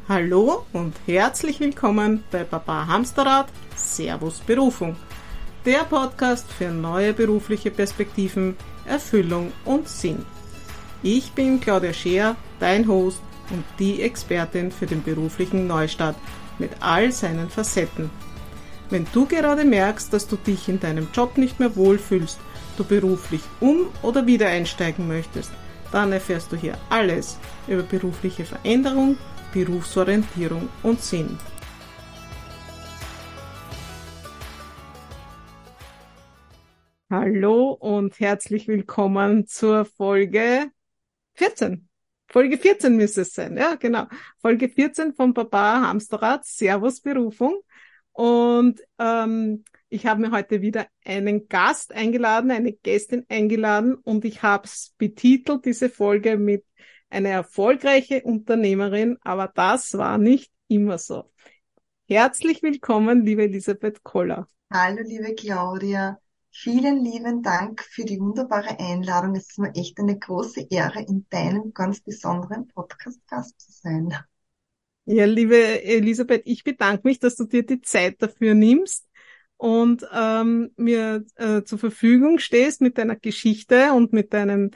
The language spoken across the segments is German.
Hallo und herzlich willkommen bei Papa Hamsterrad Servus Berufung, der Podcast für neue berufliche Perspektiven, Erfüllung und Sinn. Ich bin Claudia Scheer, dein Host und die Expertin für den beruflichen Neustart mit all seinen Facetten. Wenn du gerade merkst, dass du dich in deinem Job nicht mehr wohlfühlst, du beruflich oder wieder einsteigen möchtest, dann erfährst du hier alles über berufliche Veränderung, Berufsorientierung und Sinn. Hallo und herzlich willkommen zur Folge 14. Folge 14 müsste es sein, ja genau. Folge 14 vom Papa Hamsterrad Servus Berufung. Und ich habe mir heute wieder einen Gast eingeladen, eine Gästin eingeladen und ich habe es betitelt, diese Folge mit eine erfolgreiche Unternehmerin, aber das war nicht immer so. Herzlich willkommen, liebe Elisabeth Koller. Hallo, liebe Claudia. Vielen lieben Dank für die wunderbare Einladung. Es ist mir echt eine große Ehre, in deinem ganz besonderen Podcast Gast zu sein. Ja, liebe Elisabeth, ich bedanke mich, dass du dir die Zeit dafür nimmst und mir zur Verfügung stehst mit deiner Geschichte und mit deinem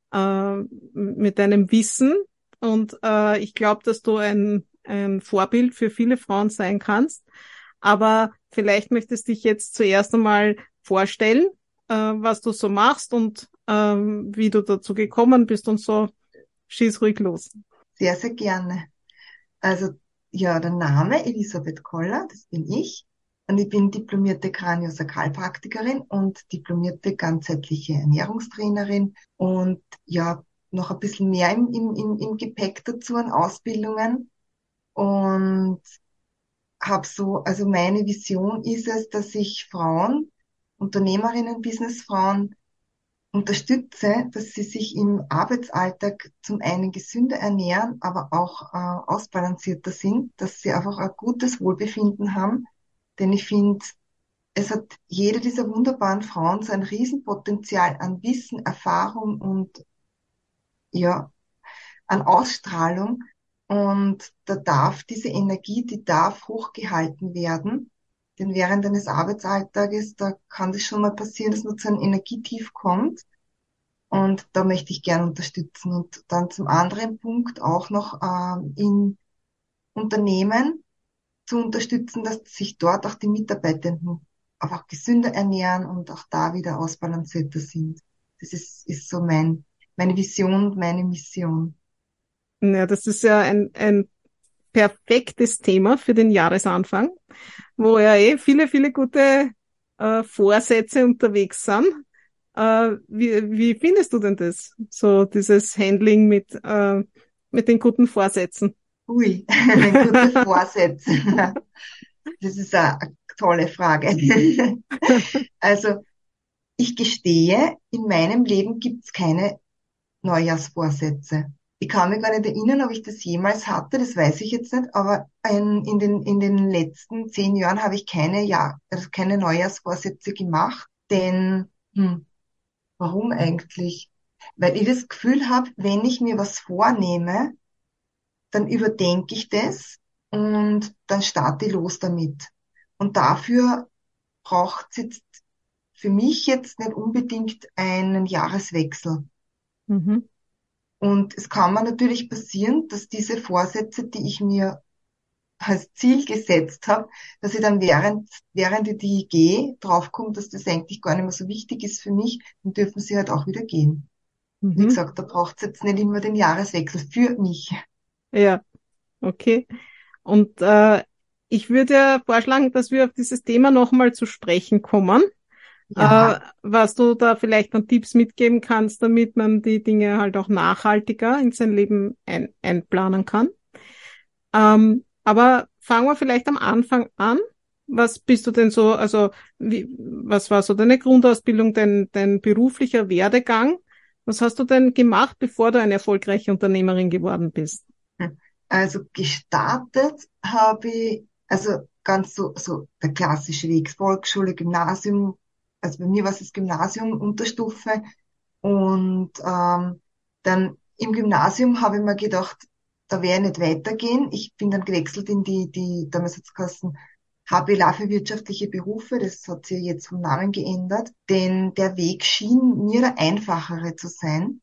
Wissen. Und ich glaube, dass du ein Vorbild für viele Frauen sein kannst. Aber vielleicht möchtest du dich jetzt zuerst einmal vorstellen, was du so machst und wie du dazu gekommen bist und so. Schieß ruhig los. Sehr, sehr gerne. Also, ja, der Name Elisabeth Koller, das bin ich. Und ich bin diplomierte Kraniosakralpraktikerin und diplomierte ganzheitliche Ernährungstrainerin und ja, noch ein bisschen mehr im Gepäck dazu an Ausbildungen. Und habe so, also meine Vision ist es, dass ich Frauen, Unternehmerinnen, Businessfrauen unterstütze, dass sie sich im Arbeitsalltag zum einen gesünder ernähren, aber auch ausbalancierter sind, dass sie einfach ein gutes Wohlbefinden haben. Denn ich finde, es hat jede dieser wunderbaren Frauen so ein Riesenpotenzial an Wissen, Erfahrung und ja, an Ausstrahlung. Und da darf diese Energie, die darf hochgehalten werden. Denn während eines Arbeitsalltages, da kann das schon mal passieren, dass man zu einem Energietief kommt. Und da möchte ich gerne unterstützen. Und dann zum anderen Punkt auch noch in Unternehmen zu unterstützen, dass sich dort auch die Mitarbeitenden einfach gesünder ernähren und auch da wieder ausbalancierter sind. Das ist so meine Vision und meine Mission. Ja, das ist ja ein perfektes Thema für den Jahresanfang, wo ja viele gute Vorsätze unterwegs sind. Wie findest du denn das? So dieses Handling mit den guten Vorsätzen? Ui, gute Vorsätze. Das ist eine tolle Frage. Also ich gestehe, in meinem Leben gibt's keine Neujahrsvorsätze. Ich kann mich gar nicht erinnern, ob ich das jemals hatte, das weiß ich jetzt nicht, aber in den letzten 10 Jahren habe ich keine Neujahrsvorsätze gemacht, denn warum eigentlich? Weil ich das Gefühl habe, wenn ich mir was vornehme, dann überdenke ich das und dann starte ich los damit. Und dafür braucht es jetzt für mich jetzt nicht unbedingt einen Jahreswechsel. Mhm. Und es kann mir natürlich passieren, dass diese Vorsätze, die ich mir als Ziel gesetzt habe, dass ich dann während ich die gehe, draufkomme, dass das eigentlich gar nicht mehr so wichtig ist für mich, dann dürfen sie halt auch wieder gehen. Wie Mhm. gesagt, da braucht es jetzt nicht immer den Jahreswechsel für mich. Ja, okay. Und ich würde ja vorschlagen, dass wir auf dieses Thema nochmal zu sprechen kommen, Ja, was du da vielleicht an Tipps mitgeben kannst, damit man die Dinge halt auch nachhaltiger in sein Leben einplanen kann. Aber fangen wir vielleicht am Anfang an. Was bist du denn so, also was war so deine Grundausbildung, dein beruflicher Werdegang? Was hast du denn gemacht, bevor du eine erfolgreiche Unternehmerin geworden bist? also gestartet habe ich, also ganz so der klassische Weg, Volksschule, Gymnasium, also bei mir war es das Gymnasium, Unterstufe und dann im Gymnasium habe ich mir gedacht, da werde ich nicht weitergehen. Ich bin dann gewechselt in damals hat's geheißen, HBLA für wirtschaftliche Berufe. Das hat sich jetzt vom Namen geändert. Denn der Weg schien mir der einfachere zu sein.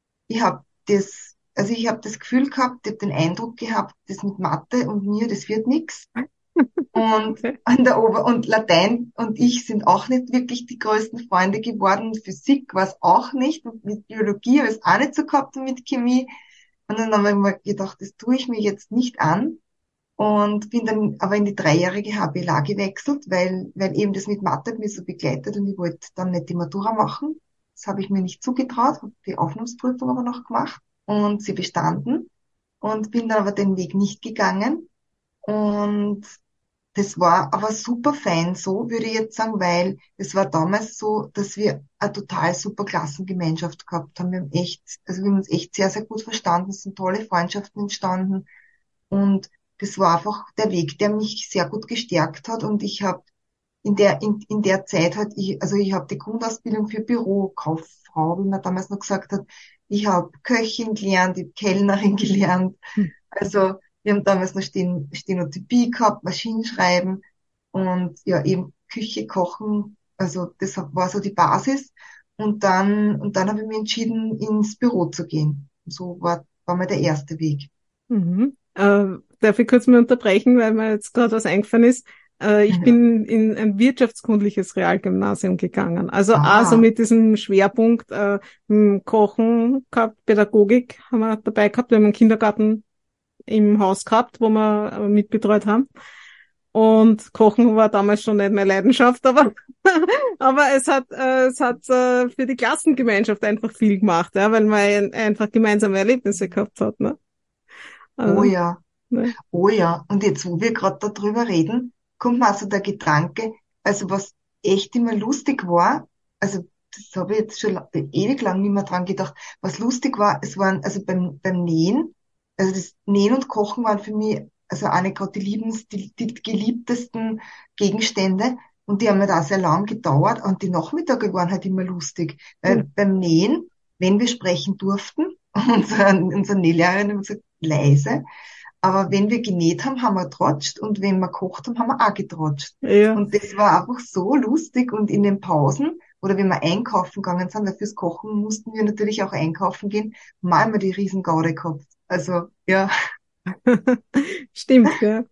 Ich habe das Gefühl gehabt, ich habe den Eindruck gehabt, das mit Mathe und mir, das wird nix. Und Okay. und Latein und ich sind auch nicht wirklich die größten Freunde geworden. Physik war es auch nicht. Und mit Biologie habe ich es auch nicht so gehabt und mit Chemie. Und dann habe ich mir gedacht, das tue ich mir jetzt nicht an. Und bin dann aber in die dreijährige HBLA gewechselt, weil eben das mit Mathe hat mich so begleitet und ich wollte dann nicht die Matura machen. Das habe ich mir nicht zugetraut, habe die Aufnahmeprüfung aber noch gemacht und sie bestanden und bin dann aber den Weg nicht gegangen. Und das war aber super fein so, würde ich jetzt sagen, weil es war damals so, dass wir eine total super Klassengemeinschaft gehabt haben. Wir haben uns echt sehr, sehr gut verstanden. Es sind tolle Freundschaften entstanden. Und das war einfach der Weg, der mich sehr gut gestärkt hat. Und ich habe in der Zeit halt, ich habe die Grundausbildung für Bürokauffrau, wie man damals noch gesagt hat. Ich habe Köchin gelernt, ich habe Kellnerin gelernt. Hm. Also wir haben damals noch Stenotypie gehabt, Maschinenschreiben und ja eben Küche, Kochen. Also das war so die Basis. Und dann habe ich mich entschieden, ins Büro zu gehen. So war mal der erste Weg. Mhm. Darf ich kurz mal unterbrechen, weil mir jetzt gerade was eingefallen ist. Ich Ja. bin in ein wirtschaftskundliches Realgymnasium gegangen. Also also Ah, mit diesem Schwerpunkt Kochen gehabt, Pädagogik haben wir dabei gehabt. Wir haben einen Kindergarten im Haus gehabt, wo wir mitbetreut haben. Und Kochen war damals schon nicht meine Leidenschaft, aber aber es hat für die Klassengemeinschaft einfach viel gemacht, ja, weil man einfach gemeinsame Erlebnisse gehabt hat, ne? oh Also, ja. ne? Oh ja, und jetzt, wo wir gerade darüber reden, kommt mir also der Gedanke, also was echt immer lustig war, also das habe ich jetzt schon ewig lang nicht mehr dran gedacht, was lustig war, es waren, also beim Nähen, also das Nähen und Kochen waren für mich, also eine gerade die geliebtesten Gegenstände und die haben mir da sehr lang gedauert und die Nachmittage waren halt immer lustig, weil beim Nähen, wenn wir sprechen durften, unsere Nählehrerin hat gesagt, leise, aber wenn wir genäht haben, haben wir trotscht und wenn wir gekocht haben, haben wir auch getrotscht. Ja. Und das war einfach so lustig und in den Pausen oder wenn wir einkaufen gegangen sind, weil fürs Kochen mussten wir natürlich auch einkaufen gehen, haben wir immer die Riesengaude gehabt. Also ja, Stimmt, ja.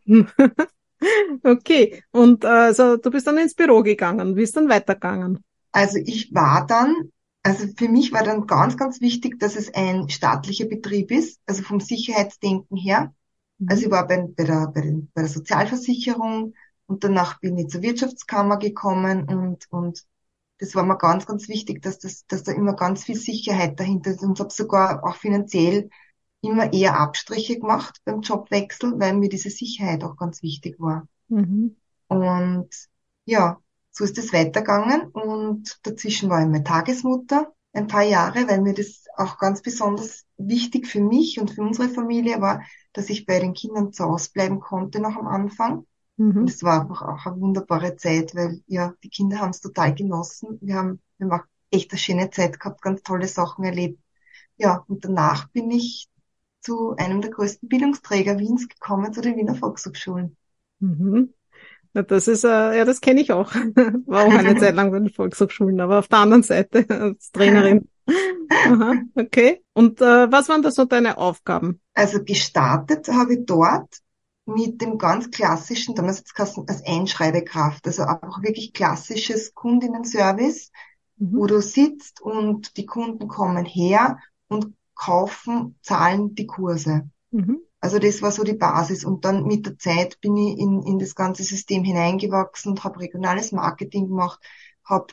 Okay. Und also du bist dann ins Büro gegangen, bist dann weitergegangen. also ich war dann, also für mich war dann ganz, ganz wichtig, dass es ein staatlicher Betrieb ist, also vom Sicherheitsdenken her. Also Mhm. ich war bei der Sozialversicherung und danach bin ich zur Wirtschaftskammer gekommen und das war mir ganz, ganz wichtig, dass da immer ganz viel Sicherheit dahinter ist und habe sogar auch finanziell immer eher Abstriche gemacht beim Jobwechsel, weil mir diese Sicherheit auch ganz wichtig war. Mhm. Und ja, so ist es weitergegangen und dazwischen war ich meine Tagesmutter ein paar Jahre, weil mir das auch ganz besonders wichtig für mich und für unsere Familie war, dass ich bei den Kindern zu Hause bleiben konnte noch am Anfang. Und Mhm. es war einfach auch eine wunderbare Zeit, weil ja, die Kinder haben es total genossen. Wir haben auch echt eine schöne Zeit gehabt, ganz tolle Sachen erlebt. Ja, und danach bin ich zu einem der größten Bildungsträger Wiens gekommen, zu den Wiener Volkshochschulen. Mhm. Ja, das ist, ja, das kenne ich auch. War auch eine Zeit lang bei den Volkshochschulen, aber auf der anderen Seite als Trainerin. Aha, okay. Und was waren da so deine Aufgaben? Also gestartet habe ich dort mit dem ganz klassischen, damals hat's geheißen, als Einschreibekraft, also einfach wirklich klassisches Kundinnenservice, Mhm. wo du sitzt und die Kunden kommen her und kaufen, zahlen die Kurse. Mhm. Also das war so die Basis. Und dann mit der Zeit bin ich in das ganze System hineingewachsen und habe regionales Marketing gemacht, habe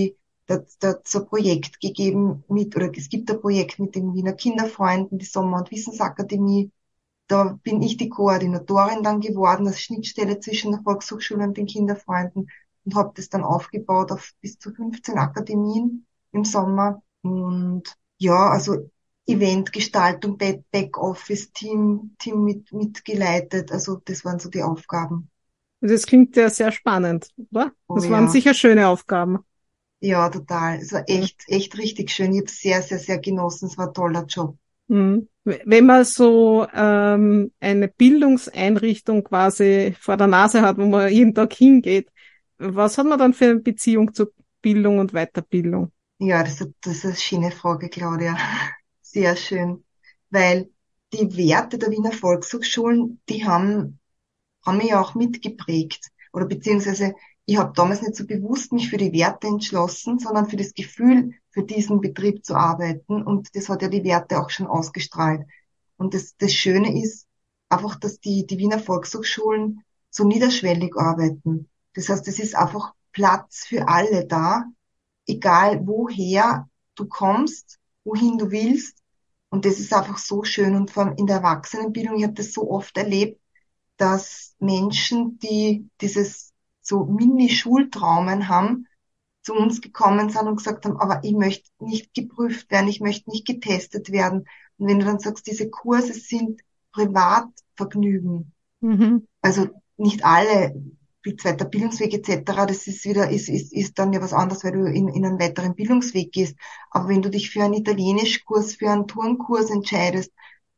da so ein Projekt gegeben oder es gibt ein Projekt mit den Wiener Kinderfreunden, die Sommer- und Wissensakademie. Da bin ich die Koordinatorin dann geworden, als Schnittstelle zwischen der Volkshochschule und den Kinderfreunden und habe das dann aufgebaut auf bis zu 15 Akademien im Sommer. Und ja, also Eventgestaltung, Backoffice, Team mitgeleitet. Also das waren so die Aufgaben. Das klingt ja sehr spannend, oder? Oh Das waren ja, sicher schöne Aufgaben. ja, total. Es war Ja. echt richtig schön. Ich habe sehr, sehr, sehr genossen. Es war ein toller Job. Mhm. Wenn man so eine Bildungseinrichtung quasi vor der Nase hat, wo man jeden Tag hingeht, was hat man dann für eine Beziehung zu Bildung und Weiterbildung? Ja, das ist eine schöne Frage, Claudia. Sehr schön. Weil die Werte der Wiener Volkshochschulen, haben mich ja auch mitgeprägt. Oder beziehungsweise, ich habe damals nicht so bewusst mich für die Werte entschlossen, sondern für das Gefühl, für diesen Betrieb zu arbeiten. Und das hat ja die Werte auch schon ausgestrahlt. Und das Schöne ist einfach, dass die Wiener Volkshochschulen so niederschwellig arbeiten. Das heißt, es ist einfach Platz für alle da, egal woher du kommst, wohin du willst. Und das ist einfach so schön. Und vor allem in der Erwachsenenbildung, ich habe das so oft erlebt, dass Menschen, die dieses so Mini-Schultraumen haben, zu uns gekommen sind und gesagt haben, aber ich möchte nicht geprüft werden, ich möchte nicht getestet werden. Und wenn du dann sagst, diese Kurse sind Privatvergnügen, Mhm. also nicht alle, wie zweiter Bildungsweg etc., das ist wieder, ist dann ja was anderes, weil du in einen weiteren Bildungsweg gehst. Aber wenn du dich für einen Italienischkurs, für einen Turnkurs entscheidest,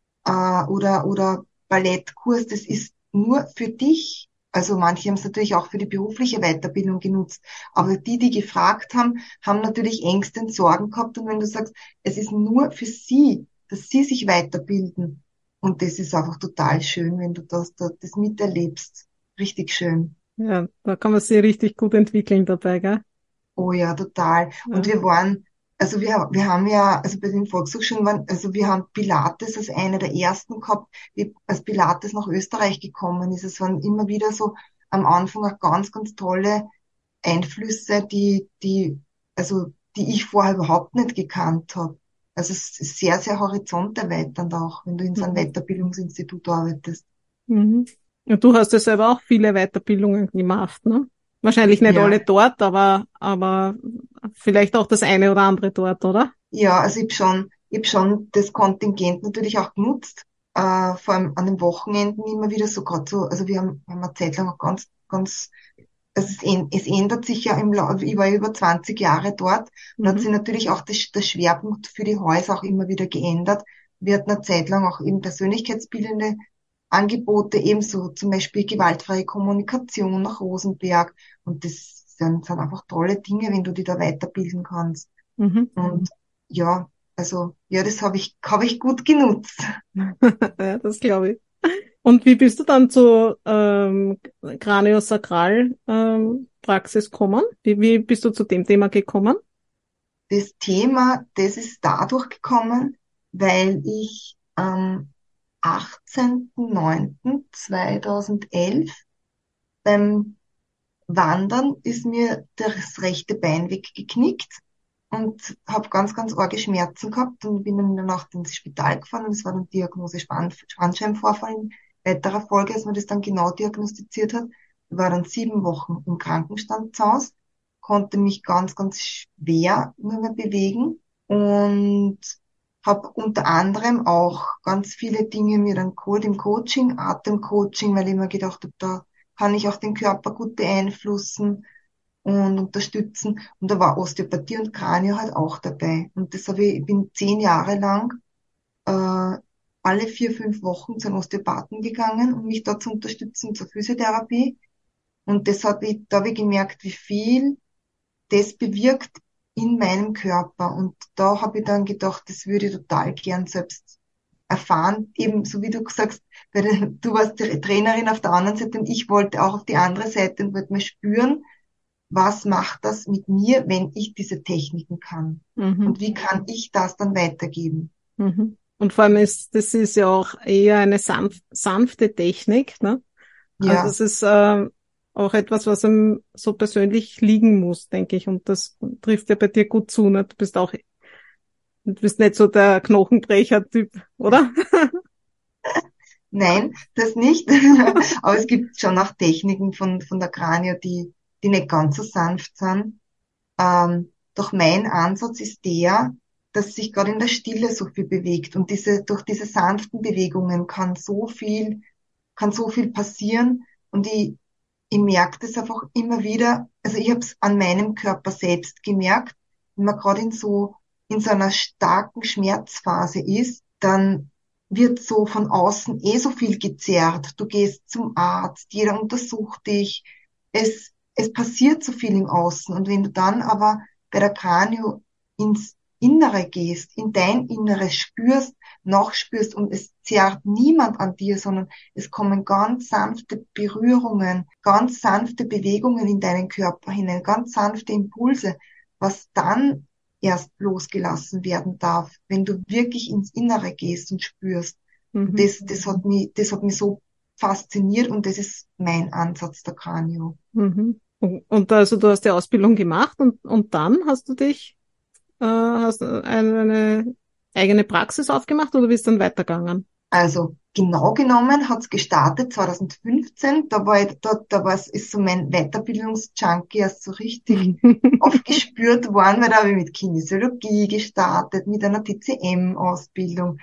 oder Ballettkurs, das ist nur für dich. Also manche haben es natürlich auch für die berufliche Weiterbildung genutzt. Aber die gefragt haben, haben natürlich Ängste und Sorgen gehabt. Und wenn du sagst, es ist nur für sie, dass sie sich weiterbilden. Und das ist einfach total schön, wenn du das miterlebst. Richtig schön. Ja, da kann man sich richtig gut entwickeln dabei, gell? Oh ja, total. Und Ja. wir waren, also wir haben ja, also bei den Volkshochschulen waren, also wir haben Pilates als eine der ersten gehabt, als Pilates nach Österreich gekommen ist. Es waren immer wieder so am Anfang auch ganz, ganz tolle Einflüsse, also die ich vorher überhaupt nicht gekannt habe. Also es ist sehr, sehr horizonterweiternd auch, wenn du in so einem Mhm. Weiterbildungsinstitut arbeitest. Mhm. Und du hast ja selber auch viele Weiterbildungen gemacht, ne? Wahrscheinlich nicht alle Ja, dort, aber vielleicht auch das eine oder andere dort, oder? ja, also ich hab schon das Kontingent natürlich auch genutzt, vor allem an den Wochenenden immer wieder so gerade so, also wir haben eine Zeit lang auch also es ändert sich ja im Laufe, ich war ja über 20 Jahre dort und hat Mhm. sich natürlich auch der Schwerpunkt für die Häuser auch immer wieder geändert. Wir hatten eine Zeit lang auch eben persönlichkeitsbildende Angebote, ebenso zum Beispiel gewaltfreie Kommunikation nach Rosenberg und das sind einfach tolle Dinge, wenn du die da weiterbilden kannst. Mhm. Und ja, also ja, das habe ich gut genutzt. Ja, das glaube ich. Und wie bist du dann zur Kraniosakral Praxis gekommen? Wie bist du zu dem Thema gekommen? Das Thema, das ist dadurch gekommen, weil ich am 18.09.2011 beim Wandern ist mir das rechte Bein weggeknickt und habe ganz, ganz arge Schmerzen gehabt und bin dann in der Nacht ins Spital gefahren und es war dann Diagnose Bandscheibenvorfall in weiterer Folge, als man das dann genau diagnostiziert hat. Ich war dann 7 Wochen im Krankenstand zu Hause, konnte mich ganz, ganz schwer nur mehr bewegen und habe unter anderem auch ganz viele Dinge mir dann geholt im Coaching, Atemcoaching, weil ich mir gedacht habe, da kann ich auch den Körper gut beeinflussen und unterstützen. Und da war Osteopathie und Kranio halt auch dabei. Und ich bin 10 Jahre lang alle 4, 5 Wochen zu einem Osteopathen gegangen, um mich da zu unterstützen zur Physiotherapie. Und da habe ich gemerkt, wie viel das bewirkt in meinem Körper. Und da habe ich dann gedacht, das würde ich total gern selbst erfahren. Eben, so wie du sagst, du warst die Trainerin auf der anderen Seite und ich wollte auch auf die andere Seite und wollte mal spüren, was macht das mit mir, wenn ich diese Techniken kann? Mhm. Und wie kann ich das dann weitergeben? Mhm. Und vor allem das ist ja auch eher eine sanfte Technik, ne? Also Ja, es ist auch etwas, was einem so persönlich liegen muss, denke ich. Und das trifft ja bei dir gut zu, ne? Du bist nicht so der Knochenbrecher-Typ, oder? nein, das nicht. Aber es gibt schon auch Techniken von der Kranio, die nicht ganz so sanft sind. Doch mein Ansatz ist der, dass sich gerade in der Stille so viel bewegt und durch diese sanften Bewegungen kann so viel passieren und ich merke das einfach immer wieder, also ich habe es an meinem Körper selbst gemerkt, wenn man gerade in so einer starken Schmerzphase ist, dann wird so von außen so viel gezerrt. Du gehst zum Arzt, jeder untersucht dich. Es passiert so viel im Außen. Und wenn du dann aber bei der Kranio ins Innere gehst, in dein Inneres spürst, nachspürst und es zerrt niemand an dir, sondern es kommen ganz sanfte Berührungen, ganz sanfte Bewegungen in deinen Körper hinein, ganz sanfte Impulse, was dann erst losgelassen werden darf, wenn du wirklich ins Innere gehst und spürst. Und Mhm. das hat mich so fasziniert und das ist mein Ansatz der Kranio. Mhm. Und also du hast die Ausbildung gemacht und dann hast du dich, hast eine eigene Praxis aufgemacht oder bist dann weitergegangen? Also genau genommen hat's gestartet 2015. Da war es, ist so mein Weiterbildungsjunkie erst so richtig aufgespürt worden, weil da habe ich mit Kinesiologie gestartet, mit einer TCM-Ausbildung,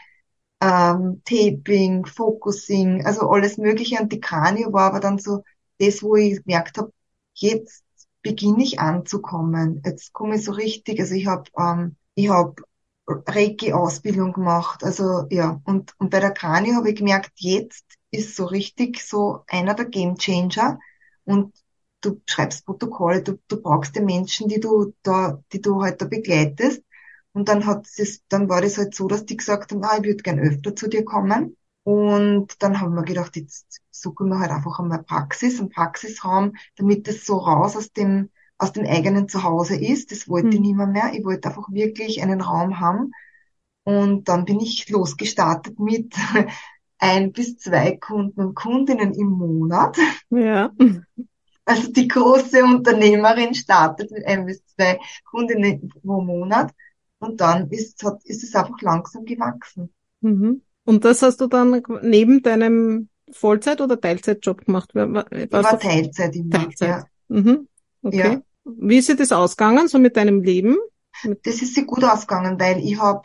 Taping, Focusing, also alles Mögliche. Und die Kranio war aber dann so das, wo ich gemerkt habe, jetzt beginne ich anzukommen. Jetzt komme ich so richtig, also ich hab Reiki-Ausbildung gemacht, also ja. Und bei der Kranio habe ich gemerkt, jetzt ist so richtig so einer der Game Changer. Und du schreibst Protokolle, du brauchst die Menschen, die du halt da begleitest. Und dann war das halt so, dass die gesagt haben, ich würde gern öfter zu dir kommen. Und dann haben wir gedacht, jetzt suchen wir halt einfach einmal Praxis, einen Praxisraum, damit das so raus aus dem eigenen Zuhause ist. Das wollte ich Mhm. nicht mehr. Ich wollte einfach wirklich einen Raum haben. Und dann bin ich losgestartet mit 1 bis 2 Kunden und Kundinnen im Monat. Ja. Also die große Unternehmerin startet mit 1 bis 2 Kundinnen pro Monat. Und dann ist es einfach langsam gewachsen. Mhm. Und das hast du dann neben deinem Vollzeit- oder Teilzeitjob gemacht? Ich Warst du war Teilzeit immer, Teilzeit? ja. Mhm. Okay. Ja. Wie ist dir das ausgegangen, so mit deinem Leben? Mit, Das ist sehr gut ausgegangen, weil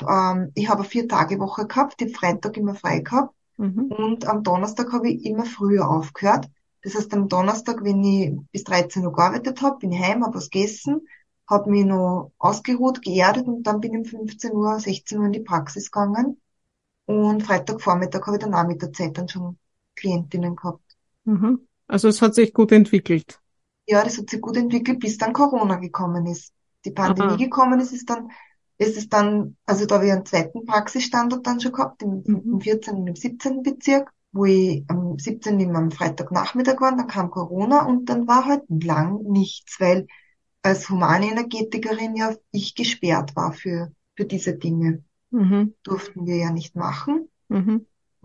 ich habe eine 4-Tage-Woche gehabt, den Freitag immer frei gehabt mhm. und am Donnerstag habe ich immer früher aufgehört. Das heißt, am Donnerstag, wenn ich bis 13 Uhr gearbeitet habe, bin ich heim, habe was gegessen, habe mich noch ausgeruht, geerdet und dann bin ich um 15 Uhr, 16 Uhr in die Praxis gegangen. Und Freitagvormittag habe ich dann auch mit der Zeit dann schon Klientinnen gehabt. Mhm. Also es hat sich gut entwickelt. Ja, das hat sich gut entwickelt, bis dann Corona gekommen ist. Die Pandemie Ah. gekommen ist es dann, also da habe ich einen zweiten Praxisstandort dann schon gehabt, Mhm. im 14. und im 17. Bezirk, wo ich am 17. immer am Freitagnachmittag war, dann kam Corona und dann war halt lang nichts, weil als Humanenergetikerin ja ich gesperrt war für diese Dinge. Mhm. Durften wir ja nicht machen. Mhm.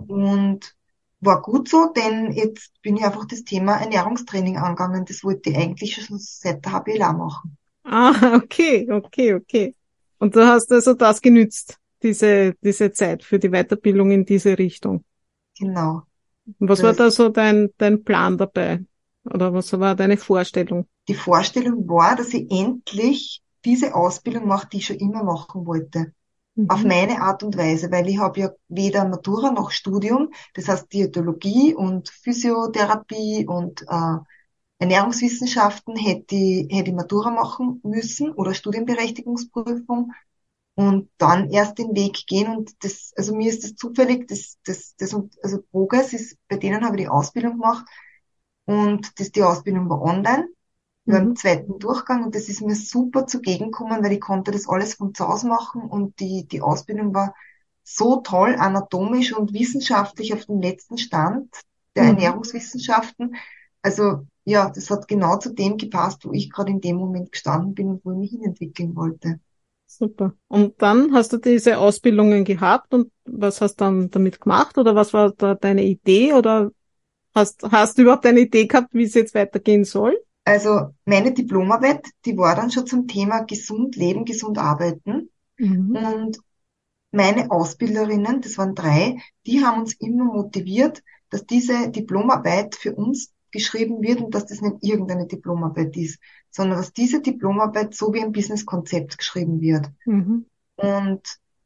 Und war gut so, denn jetzt bin ich einfach das Thema Ernährungstraining angegangen. Das wollte ich eigentlich schon seit der HBLA machen. Ah, okay, okay, okay. Und du hast also das genützt, diese Zeit für die Weiterbildung in diese Richtung. Genau. Und was war da Das, so dein Plan dabei? Oder was war deine Vorstellung? die Vorstellung war, dass ich endlich diese Ausbildung mache, die ich schon immer machen wollte. Auf Mhm. meine Art und Weise, weil ich habe ja weder Matura noch Studium, das heißt Diätologie und Physiotherapie und Ernährungswissenschaften hätte ich Matura machen müssen oder Studienberechtigungsprüfung und dann erst den Weg gehen und das, also mir ist das zufällig, also Progress ist, bei denen habe ich die Ausbildung gemacht und die Ausbildung war online. Wir waren Mhm. im zweiten Durchgang und das ist mir super zugegen gekommen, weil ich konnte das alles von zu Hause machen und die Ausbildung war so toll, anatomisch und wissenschaftlich auf dem letzten Stand der Mhm. Ernährungswissenschaften. Also ja, das hat genau zu dem gepasst, wo ich gerade in dem Moment gestanden bin und wo ich mich hinentwickeln wollte. Super. Und dann hast du diese Ausbildungen gehabt und was hast du dann damit gemacht? Oder was war da deine Idee? Oder hast du überhaupt eine Idee gehabt, wie es jetzt weitergehen soll? Also meine Diplomarbeit, die war dann schon zum Thema gesund leben, gesund arbeiten. Mhm. Und meine Ausbilderinnen, das waren 3, die haben uns immer motiviert, dass diese Diplomarbeit für uns geschrieben wird und dass das nicht irgendeine Diplomarbeit ist, sondern dass diese Diplomarbeit so wie ein Businesskonzept geschrieben wird. Mhm. Und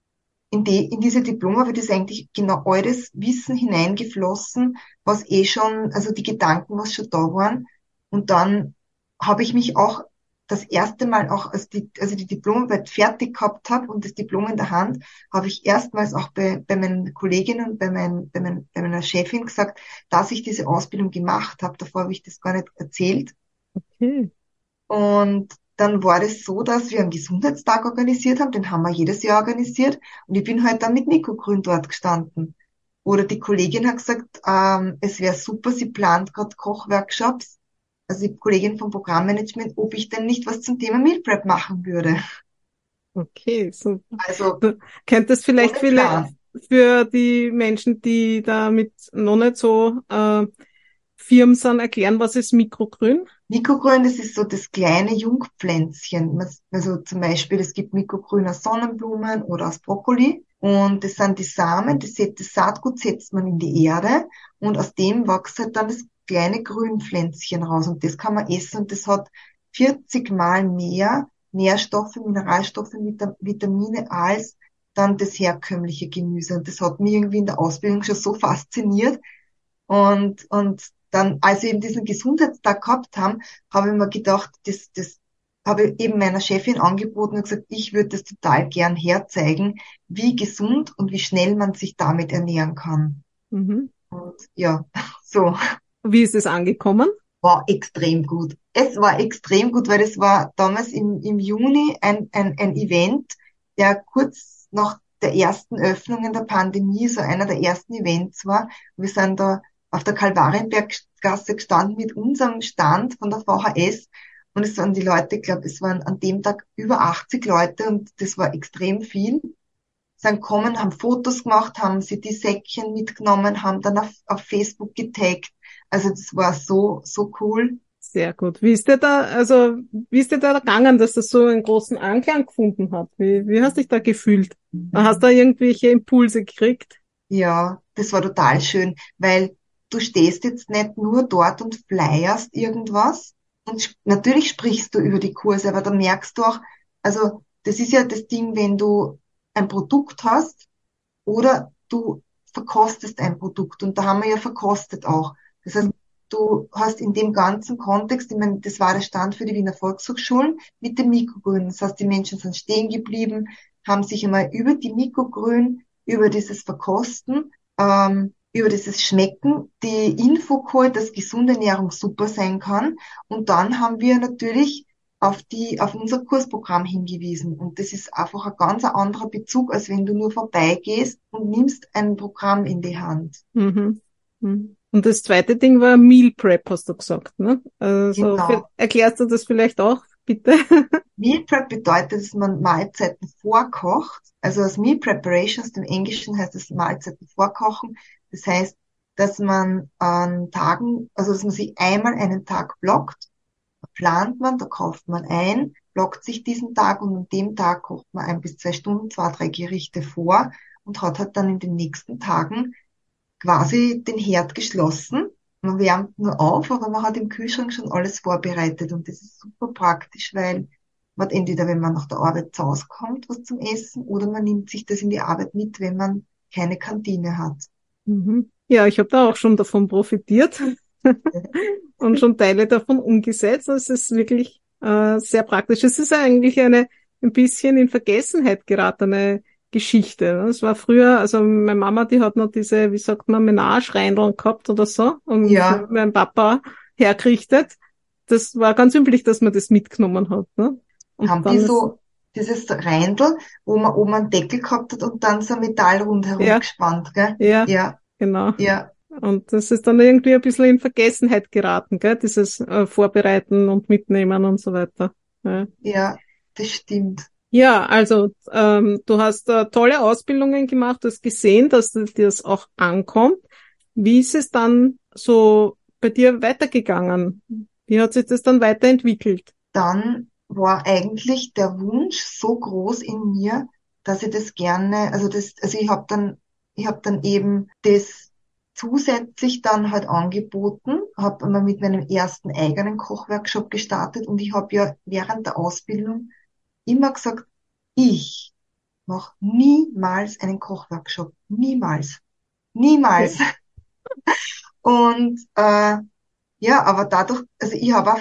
in diese Diplomarbeit ist eigentlich genau all das Wissen hineingeflossen, was also die Gedanken, was schon da waren. Und dann habe ich mich auch das erste Mal auch, als die Diplomarbeit fertig gehabt habe und das Diplom in der Hand, habe ich erstmals auch bei meinen Kolleginnen und bei meiner Chefin gesagt, dass ich diese Ausbildung gemacht habe. Davor habe ich das gar nicht erzählt. Okay. Und dann war das so, dass wir einen Gesundheitstag organisiert haben, den haben wir jedes Jahr organisiert. Und ich bin halt dann mit Mikrogrün dort gestanden. Oder die Kollegin hat gesagt, es wäre super, sie plant gerade Kochworkshops, also die Kollegin vom Programmmanagement, ob ich denn nicht was zum Thema Meal Prep machen würde. Okay, super. Also Du könntest vielleicht ohne Plan. für die Menschen, die damit noch nicht so firm sind, erklären, was ist Mikrogrün? Mikrogrün, das ist so das kleine Jungpflänzchen. Also zum Beispiel, es gibt Mikrogrün aus Sonnenblumen oder aus Brokkoli. Und das sind die Samen, das Saatgut setzt man in die Erde und aus dem wächst halt dann das kleine Grünpflänzchen raus. Und das kann man essen und das hat 40 Mal mehr Nährstoffe, Mineralstoffe, Vitamine als dann das herkömmliche Gemüse. Und das hat mich irgendwie in der Ausbildung schon so fasziniert. Und dann, als wir eben diesen Gesundheitstag gehabt haben, habe ich mir gedacht, das habe ich eben meiner Chefin angeboten und gesagt, ich würde das total gern herzeigen, wie gesund und wie schnell man sich damit ernähren kann. Mhm. Und ja, so, Wie ist es angekommen? war extrem gut. Es war extrem gut, weil es war damals im Juni ein Event, der kurz nach der ersten Öffnung in der Pandemie so einer der ersten Events war. Wir sind da auf der Kalvarienberggasse gestanden mit unserem Stand von der VHS und es waren die Leute, ich glaube, es waren an dem Tag über 80 Leute und das war extrem viel. Sind gekommen, haben Fotos gemacht, haben sie die Säckchen mitgenommen, haben dann auf Facebook getaggt. Also das war so cool. Sehr gut. Wie ist dir da gegangen, dass das so einen großen Anklang gefunden hat? Wie hast du dich da gefühlt? Hast du da irgendwelche Impulse gekriegt? Ja, das war total schön, weil du stehst jetzt nicht nur dort und flyerst irgendwas und natürlich sprichst du über die Kurse, aber da merkst du auch, also das ist ja das Ding, wenn du ein Produkt hast oder du verkostest ein Produkt und da haben wir ja verkostet auch. Das heißt, du hast in dem ganzen Kontext, ich meine, das war der Stand für die Wiener Volkshochschulen mit dem Mikrogrün. Das heißt, die Menschen sind stehen geblieben, haben sich einmal über die Mikrogrün, über dieses Verkosten, über dieses Schmecken, die Info geholt, dass gesunde Ernährung super sein kann. Und dann haben wir natürlich auf unser Kursprogramm hingewiesen. Und das ist einfach ein ganz anderer Bezug, als wenn du nur vorbeigehst und nimmst ein Programm in die Hand. Mhm. Mhm. Und das zweite Ding war Meal Prep, hast du gesagt, ne? Also, Genau. erklärst du das vielleicht auch, bitte? Meal Prep bedeutet, dass man Mahlzeiten vorkocht. Also als Meal Preparations, im Englischen heißt es Mahlzeiten vorkochen. Das heißt, dass man an Tagen, also dass man sich einmal einen Tag blockt, da plant man, da kauft man ein, blockt sich diesen Tag und an dem Tag kocht man 1 bis 2 Stunden, 2, 3 Gerichte vor und hat halt dann in den nächsten Tagen quasi den Herd geschlossen. Man wärmt nur auf, aber man hat im Kühlschrank schon alles vorbereitet und das ist super praktisch, weil man hat entweder, wenn man nach der Arbeit zu Hause kommt, was zum Essen oder man nimmt sich das in die Arbeit mit, wenn man keine Kantine hat. Mhm. Ja, ich habe da auch schon davon profitiert und schon Teile davon umgesetzt. Das ist wirklich sehr praktisch. Es ist eigentlich eine ein bisschen in Vergessenheit geratene Geschichte. Es war früher, also meine Mama, die hat noch diese, wie sagt man, Menage-Reindeln gehabt oder so und für Ja, meinen Papa hergerichtet. Das war ganz üblich, dass man das mitgenommen hat. Ne? Und haben die dann ist, so dieses Reindl, wo man oben einen Deckel gehabt hat und dann so ein Metall rundherum ja, gespannt, gell? ja, Ja, genau. ja, Und das ist dann irgendwie ein bisschen in Vergessenheit geraten, gell? Dieses Vorbereiten und Mitnehmen und so weiter. Ja, ja, das stimmt. ja also du hast tolle Ausbildungen gemacht, du hast gesehen, dass dir das auch ankommt. Wie ist es dann so bei dir weitergegangen? Wie hat sich das dann weiterentwickelt? Dann war eigentlich der Wunsch so groß in mir, dass ich das gerne, also ich habe dann eben das zusätzlich dann halt angeboten, habe mal mit meinem ersten eigenen Kochworkshop gestartet und ich habe ja während der Ausbildung immer gesagt, ich mache niemals einen Kochworkshop, niemals, niemals. Und ja, aber dadurch, also ich habe einfach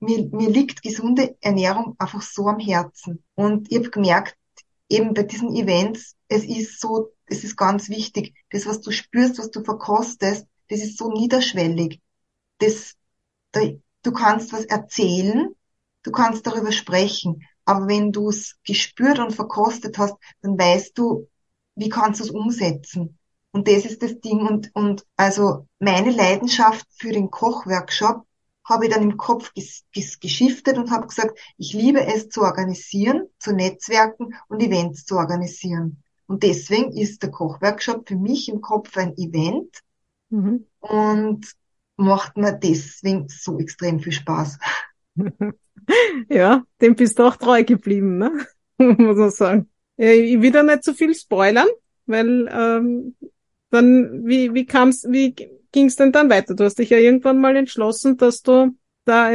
mir liegt gesunde Ernährung einfach so am Herzen. Und ich habe gemerkt, eben bei diesen Events, es ist ganz wichtig, das, was du spürst, was du verkostest, das ist so niederschwellig. Das, da, du kannst was erzählen, du kannst darüber sprechen, aber wenn du es gespürt und verkostet hast, dann weißt du, wie kannst du es umsetzen. Und das ist das Ding. Und also meine Leidenschaft für den Kochworkshop habe ich dann im Kopf geschiftet und habe gesagt, ich liebe es zu organisieren, zu netzwerken und Events zu organisieren. Und deswegen ist der Kochworkshop für mich im Kopf ein Event Mhm. und macht mir deswegen so extrem viel Spaß. Ja, dem bist du auch treu geblieben, ne? Muss man sagen. Ja, ich will da nicht zu viel spoilern, weil dann, wie ging's denn dann weiter? Du hast dich ja irgendwann mal entschlossen, dass du da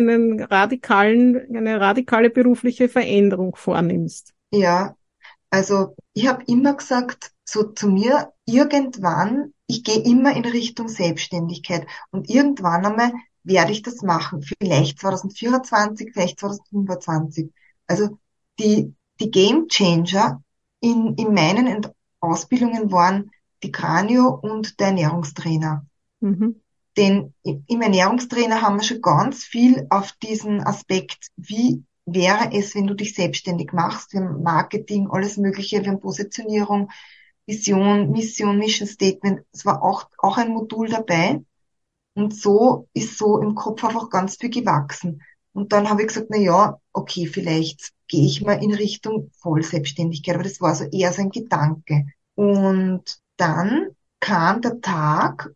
eine radikale berufliche Veränderung vornimmst. Ja, also ich habe immer gesagt, so zu mir, irgendwann, ich gehe immer in Richtung Selbstständigkeit und irgendwann einmal werde ich das machen. Vielleicht 2024, vielleicht 2025. Also die Game Changer in meinen Ausbildungen waren die Kranio und der Ernährungstrainer. Mhm. Denn im Ernährungstrainer haben wir schon ganz viel auf diesen Aspekt, wie wäre es, wenn du dich selbstständig machst. Wir haben Marketing, alles Mögliche, wir haben Positionierung, Vision, Mission, Mission Statement. Es war auch ein Modul dabei. Und so ist so im Kopf einfach ganz viel gewachsen. Und dann habe ich gesagt, na ja, okay, vielleicht gehe ich mal in Richtung Vollselbstständigkeit. Aber das war so eher so ein Gedanke. Und dann kam der Tag,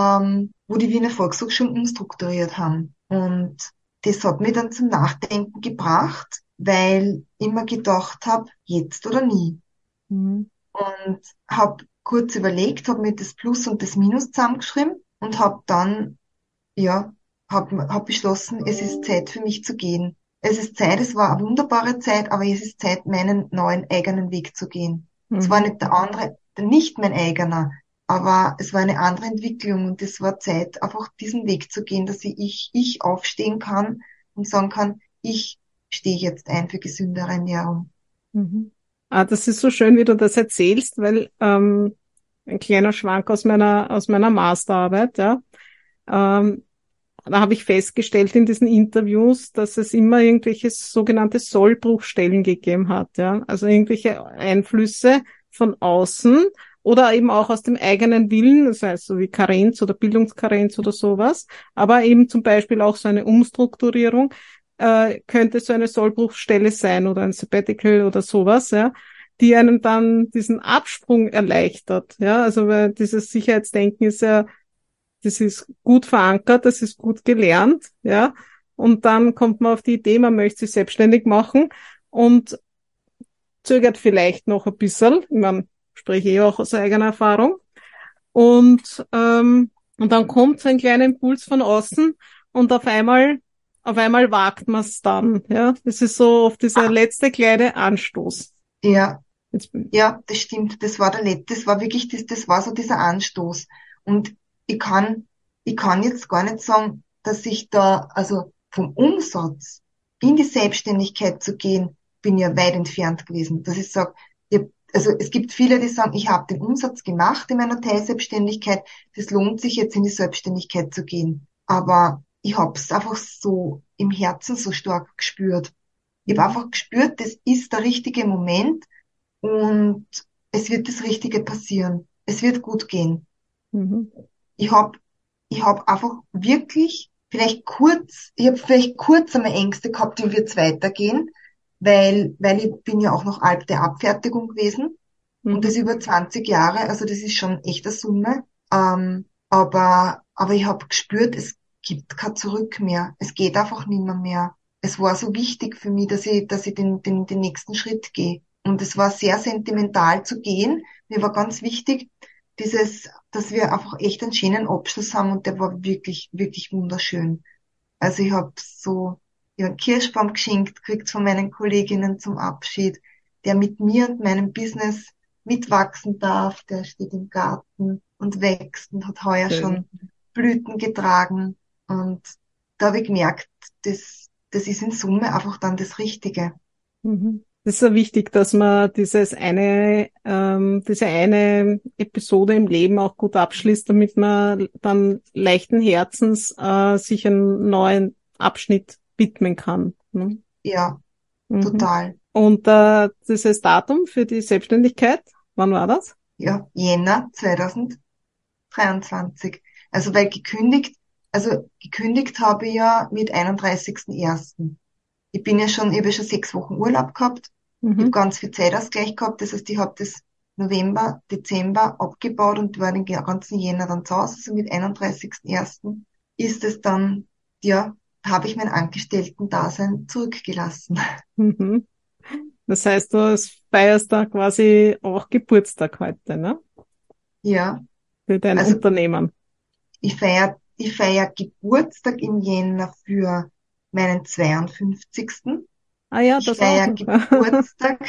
wo die Wiener Volkshochschulen umstrukturiert haben. Und das hat mich dann zum Nachdenken gebracht, weil ich mir gedacht habe, jetzt oder nie. Mhm. Und habe kurz überlegt, habe mir das Plus und das Minus zusammengeschrieben und habe dann ja, hab beschlossen, es ist Zeit für mich zu gehen. Es ist Zeit, es war eine wunderbare Zeit, aber es ist Zeit, meinen neuen eigenen Weg zu gehen. Es war Mhm. nicht der andere, nicht mein eigener, aber es war eine andere Entwicklung und es war Zeit, einfach diesen Weg zu gehen, dass ich aufstehen kann und sagen kann, ich stehe jetzt ein für gesündere Ernährung. Mhm. Ah, das ist so schön, wie du das erzählst, weil ein kleiner Schwank aus meiner Masterarbeit, ja. Ähm, Da habe ich festgestellt in diesen Interviews, dass es immer irgendwelche sogenannte Sollbruchstellen gegeben hat, ja. Also irgendwelche Einflüsse von außen oder eben auch aus dem eigenen Willen, das heißt so wie Karenz oder Bildungskarenz oder sowas, aber eben zum Beispiel auch so eine Umstrukturierung, könnte so eine Sollbruchstelle sein oder ein Sabbatical oder sowas, ja, die einem dann diesen Absprung erleichtert, ja. Also weil dieses Sicherheitsdenken ist ja, das ist gut verankert, das ist gut gelernt, ja. Und dann kommt man auf die Idee, man möchte sich selbstständig machen und zögert vielleicht noch ein bisschen. Ich meine, spreche ich auch aus eigener Erfahrung. Und dann kommt so ein kleiner Impuls von außen und auf einmal wagt man es dann, ja. Das ist so oft dieser letzte kleine Anstoß. Ja, Jetzt, ja, das stimmt. Das war wirklich das war so dieser Anstoß. Und ich kann, ich kann jetzt gar nicht sagen, dass ich da, also vom Umsatz in die Selbstständigkeit zu gehen, bin ja weit entfernt gewesen. Dass ich sage, also es gibt viele, die sagen, ich habe den Umsatz gemacht in meiner Teilselbstständigkeit, das lohnt sich jetzt in die Selbstständigkeit zu gehen. Aber ich habe es einfach so im Herzen so stark gespürt. Ich habe einfach gespürt, das ist der richtige Moment und es wird das Richtige passieren. Es wird gut gehen. mhm. Ich hab, ich hab einfach wirklich ich habe vielleicht kurz einmal Ängste gehabt, wie wird's weitergehen, weil ich bin ja auch noch Alp der Abfertigung gewesen und das Mhm. über 20 Jahre, also das ist schon echt eine Summe. Aber ich habe gespürt, es gibt kein Zurück mehr. Es geht einfach nimmer mehr. Es war so wichtig für mich, dass ich den nächsten Schritt gehe. Und es war sehr sentimental zu gehen. Mir war ganz wichtig, dass wir einfach echt einen schönen Abschluss haben und der war wirklich, wirklich wunderschön. Also ich habe so ja, einen Kirschbaum geschenkt, kriegt von meinen Kolleginnen zum Abschied, der mit mir und meinem Business mitwachsen darf. Der steht im Garten und wächst und hat heuer Schön. schon Blüten getragen. Und da habe ich gemerkt, das, das ist in Summe einfach dann das Richtige. Mhm. Das ist ja wichtig, dass man diese eine Episode im Leben auch gut abschließt, damit man dann leichten Herzens sich einen neuen Abschnitt widmen kann. Ne? Ja, Mhm. total. Und dieses Datum für die Selbstständigkeit, wann war das? Ja, Jänner 2023. Also gekündigt habe ich ja mit 31.01. Ich habe ja schon 6 Wochen Urlaub gehabt. Ich habe Mhm. ganz viel Zeitausgleich gehabt. Das heißt, ich habe das November, Dezember abgebaut und war den ganzen Jänner dann zu Hause. Also mit 31.01. ist es dann, ja, habe ich mein Angestellten-Dasein zurückgelassen. Mhm. Das heißt, du feierst da quasi auch Geburtstag heute, ne? Ja, Für dein also Unternehmen. ich feier Geburtstag im Jänner für meinen 52. Ah ja, Ich das auch feiere noch. Geburtstag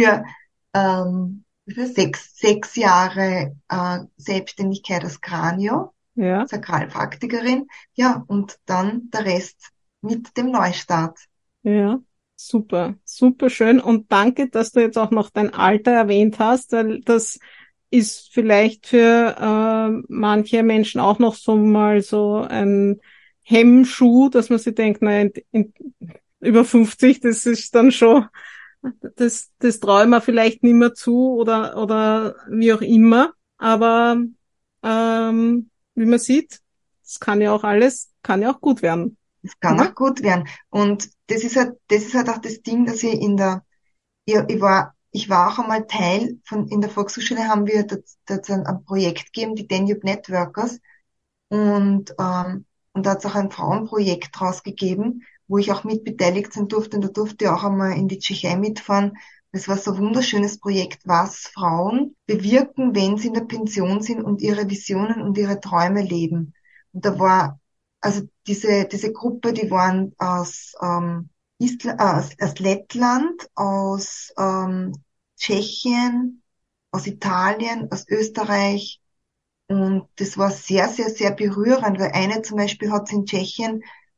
für sechs Jahre Selbstständigkeit als Kranio, Ja, Sakralpraktikerin. Ja, und dann der Rest mit dem Neustart. ja. Super, super schön. Und danke, dass du jetzt auch noch dein Alter erwähnt hast, weil das ist vielleicht für manche Menschen auch noch so mal so ein Hemmschuh, dass man sich denkt, nein, über 50, das ist dann schon, das traue ich mir vielleicht nicht mehr zu oder wie auch immer. Aber wie man sieht, es kann ja auch alles, kann ja auch gut werden. Es kann Ne? auch gut werden. Und das ist halt auch das Ding, dass ich war auch einmal Teil in der Volkshochschule haben wir dazu ein Projekt gegeben, die Danube Networkers. Und da hat es auch ein Frauenprojekt draus gegeben, wo ich auch mitbeteiligt sein durfte. Und da durfte ich auch einmal in die Tschechei mitfahren. Das war so ein wunderschönes Projekt, was Frauen bewirken, wenn sie in der Pension sind und ihre Visionen und ihre Träume leben. Und da war, also diese Gruppe, die waren aus Lettland, aus Tschechien, aus Italien, aus Österreich, und das war sehr, sehr, sehr berührend, weil eine zum Beispiel hat in Tschechien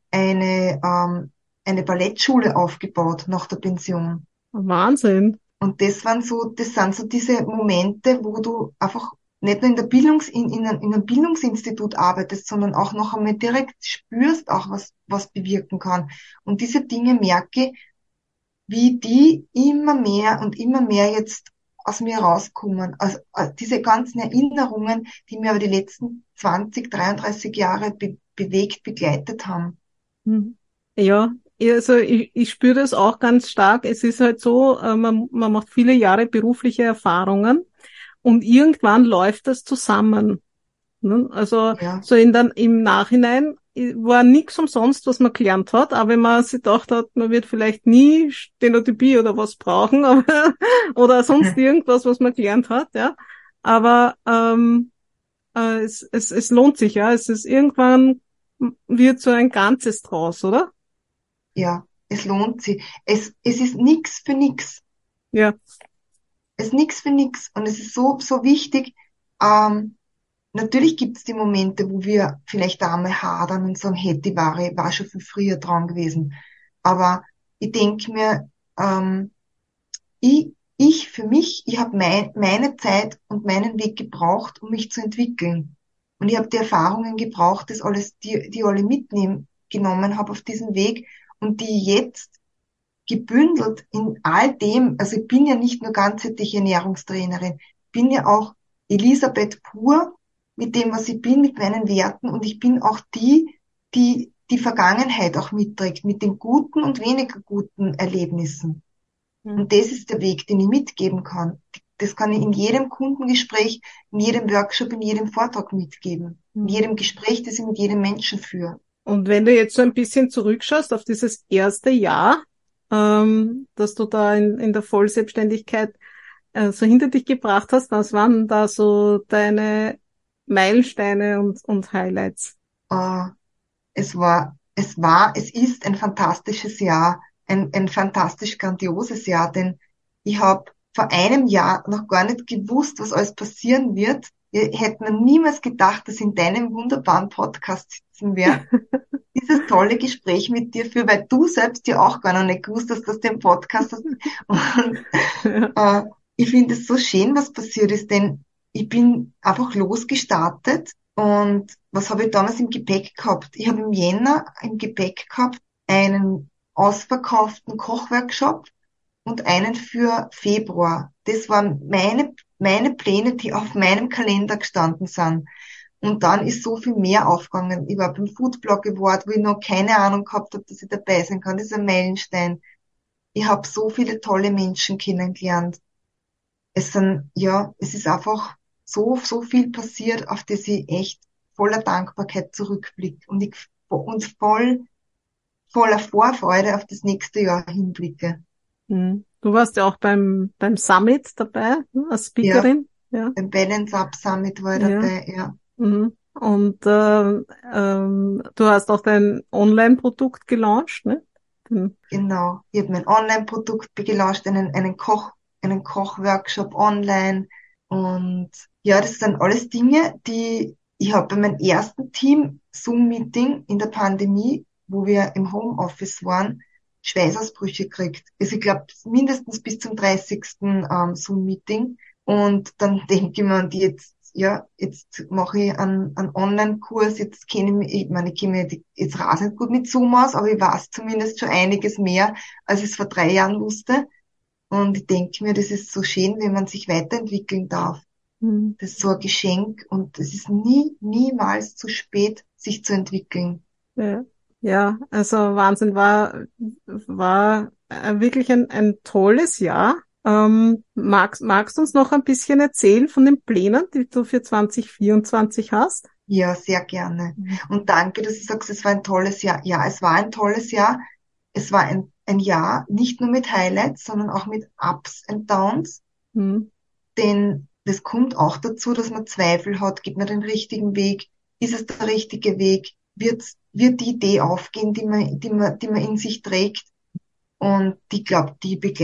eine Ballettschule aufgebaut nach der Pension. Wahnsinn. Und das sind so diese Momente, wo du einfach nicht nur in einem Bildungsinstitut arbeitest, sondern auch noch einmal direkt spürst, auch was bewirken kann. Und diese Dinge merke ich, wie die immer mehr jetzt aus mir rauskommen. Also diese ganzen Erinnerungen, die mir über die letzten 20, 33 Jahre bewegt, begleitet haben. Hm. Ja, also ich spüre das auch ganz stark. Es ist halt so, man macht viele Jahre berufliche Erfahrungen und irgendwann läuft das zusammen. Ne? Also Ja, so im Nachhinein war nichts umsonst, was man gelernt hat, aber wenn man sich gedacht hat, man wird vielleicht nie Stenotipie oder was brauchen, aber, oder sonst irgendwas, was man gelernt hat, ja. Aber es lohnt sich, ja. Es ist irgendwann wird so ein Ganzes draus, oder? ja, es lohnt sich. Es ist nix für nix. Ja. Es ist nix für nix. Und es ist so, so wichtig. Ähm, Natürlich gibt es die Momente, wo wir vielleicht da einmal hadern und sagen, hey, war schon viel früher dran gewesen. Aber ich denke mir, für mich, ich habe meine Zeit und meinen Weg gebraucht, um mich zu entwickeln. Und ich habe die Erfahrungen gebraucht, das alles, die alle genommen habe auf diesem Weg und die jetzt gebündelt in all dem, also ich bin ja nicht nur ganzheitliche Ernährungstrainerin, bin ja auch Elisabeth pur mit dem, was ich bin, mit meinen Werten, und ich bin auch die Vergangenheit auch mitträgt, mit den guten und weniger guten Erlebnissen. Hm. Und das ist der Weg, den ich mitgeben kann. Das kann ich in jedem Kundengespräch, in jedem Workshop, in jedem Vortrag mitgeben. In Hm. jedem Gespräch, das ich mit jedem Menschen führe. Und wenn du jetzt so ein bisschen zurückschaust auf dieses erste Jahr, dass du da in der Vollselbstständigkeit so hinter dich gebracht hast, was waren da so deine Meilensteine und Highlights? Äh, es ist ein fantastisches Jahr, ein fantastisch grandioses Jahr, denn ich habe vor einem Jahr noch gar nicht gewusst, was alles passieren wird. Wir hätten niemals gedacht, dass ich in deinem wunderbaren Podcast sitzen werde, dieses tolle Gespräch mit dir führe, weil du selbst ja auch gar noch nicht gewusst hast, dass du den Podcast hast. Und Ja. äh, ich finde es so schön, was passiert ist, denn ich bin einfach losgestartet und was habe ich damals im Gepäck gehabt? Ich habe im Jänner im Gepäck gehabt einen ausverkauften Kochworkshop und einen für Februar. Das waren meine Pläne, die auf meinem Kalender gestanden sind. Und dann ist so viel mehr aufgegangen. Ich war beim Foodblog Award, wo ich noch keine Ahnung gehabt habe, dass ich dabei sein kann. Das ist ein Meilenstein. Ich habe so viele tolle Menschen kennengelernt. Es ist einfach so viel passiert, auf das ich echt voller Dankbarkeit zurückblicke und voller Vorfreude auf das nächste Jahr hinblicke. Du warst ja auch beim Summit dabei, ne, als Ja, Speakerin. Ja, beim Balance Up Summit war ich ja. dabei, ja. Mhm. Und du hast auch dein Online-Produkt gelauncht, ne? Den, Genau. Ich habe mein Online-Produkt gelauncht, einen Kochworkshop online. Und ja, das sind alles Dinge, die ich habe bei meinem ersten Team-Zoom-Meeting in der Pandemie, wo wir im Homeoffice waren, Schweißausbrüche gekriegt. Also ich glaube mindestens bis zum 30. Zoom-Meeting. Und dann denke ich mir, und jetzt mache ich einen Online-Kurs, jetzt kenne ich mich, ich meine, ich kenne mich jetzt rasend gut mit Zoom aus, aber ich weiß zumindest schon einiges mehr, als ich es vor 3 Jahren wusste. Und ich denke mir, das ist so schön, wenn man sich weiterentwickeln darf. Mhm. Das ist so ein Geschenk und es ist niemals zu spät, sich zu entwickeln. Ja, ja, also Wahnsinn war wirklich ein tolles Jahr. Magst du uns noch ein bisschen erzählen von den Plänen, die du für 2024 hast? Ja, sehr gerne. Mhm. Und danke, dass du sagst, es war ein tolles Jahr. Ja, es war ein tolles Jahr. Es war ein Jahr nicht nur mit Highlights, sondern auch mit Ups und Downs. Mhm. Denn das kommt auch dazu, dass man Zweifel hat, geht man den richtigen Weg? Ist es der richtige Weg? Wird die Idee aufgehen, die man in sich trägt? Und ich glaube,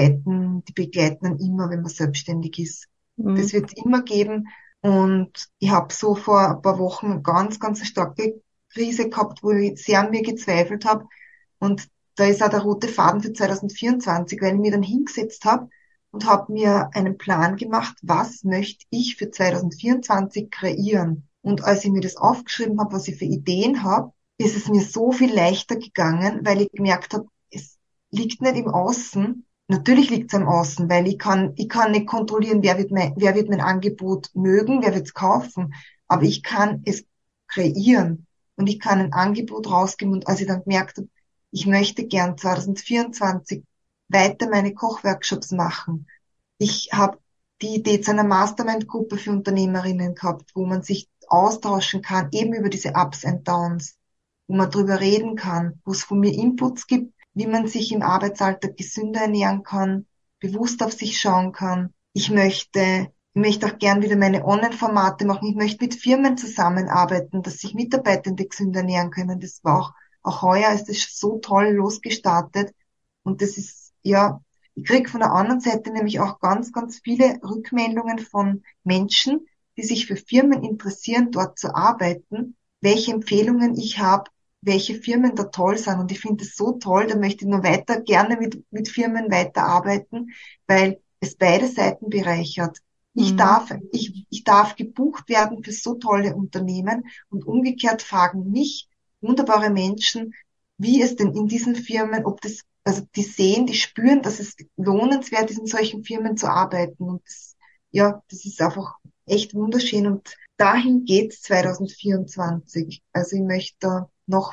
die begleiten einen immer, wenn man selbstständig ist. Das Mhm. wird es immer geben. Und ich habe so vor ein paar Wochen eine ganz starke Krise gehabt, wo ich sehr an mir gezweifelt habe. Und da ist auch der rote Faden für 2024, weil ich mir dann hingesetzt habe und habe mir einen Plan gemacht, was möchte ich für 2024 kreieren. Und als ich mir das aufgeschrieben habe, was ich für Ideen habe, ist es mir so viel leichter gegangen, weil ich gemerkt habe, es liegt nicht im Außen. Natürlich liegt es am Außen, weil ich kann nicht kontrollieren, wer wird mein Angebot mögen, wer wird es kaufen. Aber ich kann es kreieren und ich kann ein Angebot rausgeben. Und als ich dann gemerkt habe, ich möchte gern 2024 weiter meine Kochworkshops machen. Ich habe die Idee zu einer Mastermind-Gruppe für Unternehmerinnen gehabt, wo man sich austauschen kann, eben über diese Ups and Downs, wo man drüber reden kann, wo es von mir Inputs gibt, wie man sich im Arbeitsalltag gesünder ernähren kann, bewusst auf sich schauen kann. Ich möchte auch gern wieder meine Online-Formate machen. Ich möchte mit Firmen zusammenarbeiten, dass sich Mitarbeitende gesünder ernähren können. Das war auch heuer ist es so toll losgestartet. Und das ist, ja, ich kriege von der anderen Seite nämlich auch ganz viele Rückmeldungen von Menschen, die sich für Firmen interessieren, dort zu arbeiten, welche Empfehlungen ich habe, welche Firmen da toll sind. Und ich finde es so toll, da möchte ich nur weiter gerne mit Firmen weiterarbeiten, weil es beide Seiten bereichert. Mhm. Ich darf gebucht werden für so tolle Unternehmen und umgekehrt fragen mich wunderbare Menschen, wie es denn in diesen Firmen, also die sehen, die spüren, dass es lohnenswert ist, in solchen Firmen zu arbeiten. Und das ist einfach echt wunderschön. Und dahin geht's 2024. Also ich möchte da